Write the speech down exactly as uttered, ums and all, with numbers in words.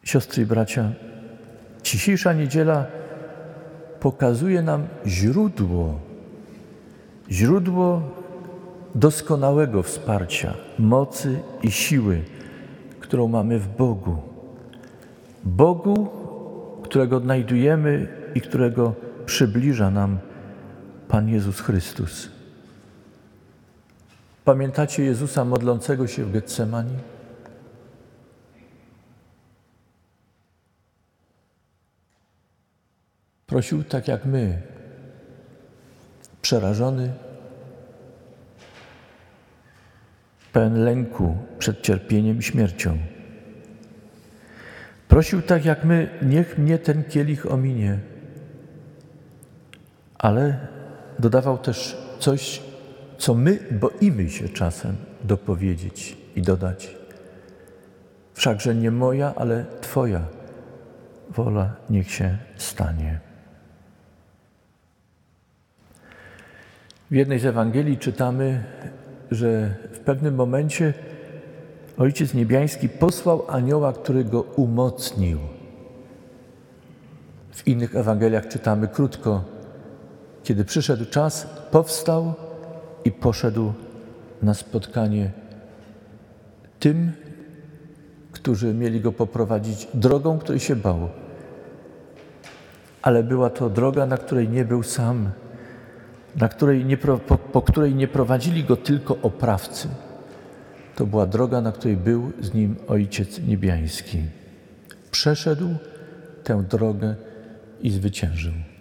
Siostry i bracia, dzisiejsza niedziela pokazuje nam źródło, źródło doskonałego wsparcia, mocy i siły, którą mamy w Bogu. Bogu, którego odnajdujemy i którego przybliża nam Pan Jezus Chrystus. Pamiętacie Jezusa modlącego się w Getsemani? Prosił tak jak my, przerażony, pełen lęku przed cierpieniem i śmiercią. Prosił tak jak my, niech mnie ten kielich ominie, ale dodawał też coś, co my boimy się czasem dopowiedzieć i dodać. Wszakże nie moja, ale Twoja wola niech się stanie. W jednej z Ewangelii czytamy, że w pewnym momencie Ojciec Niebiański posłał anioła, który go umocnił. W innych Ewangeliach czytamy krótko, kiedy przyszedł czas, powstał i poszedł na spotkanie tym, którzy mieli go poprowadzić drogą, której się bał. Ale była to droga, na której nie był sam, na której nie, po, po której nie prowadzili go tylko oprawcy. To była droga, na której był z nim Ojciec Niebiański. Przeszedł tę drogę i zwyciężył.